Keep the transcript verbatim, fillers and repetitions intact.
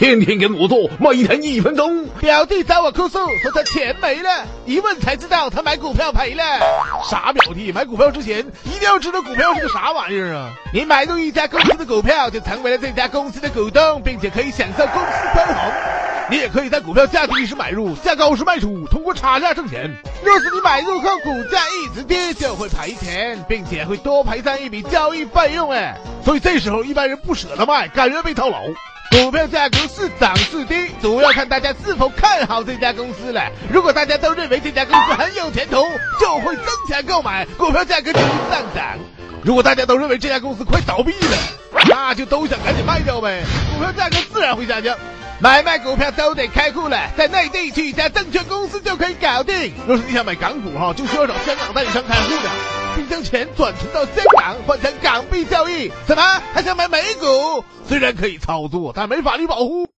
天天跟我做，每天一分钟。 表弟找我哭诉，说他钱没了，一问才知道他买股票赔了。 傻表弟，买股票之前一定要知道股票是个啥玩意儿啊！ 你买入一家公司的股票，就成为了这家公司的股东，并且可以享受公司分红。 你也可以在股票价低时买入，价高时卖出，通过差价挣钱。 若是你买入后股价一直跌，就会赔钱，并且会多赔上一笔交易费用哎。 所以这时候一般人不舍得卖，甘愿被套牢。 股票价格是涨是跌，主要看大家是否看好这家公司了。如果大家都认为这家公司很有前途，就会增强购买，股票价格就会上涨。 如果大家都认为这家公司快倒闭了， 那就都想赶紧卖掉呗，股票价格自然会下降。买卖股票都得开户了，在内地去一家证券公司就可以搞定。 若是你想买港股哈，就需要找香港代理商开户的， 并将钱转存到香港换成港币交易。什么？还想买美股？ 虽然可以操作，但没法律保护。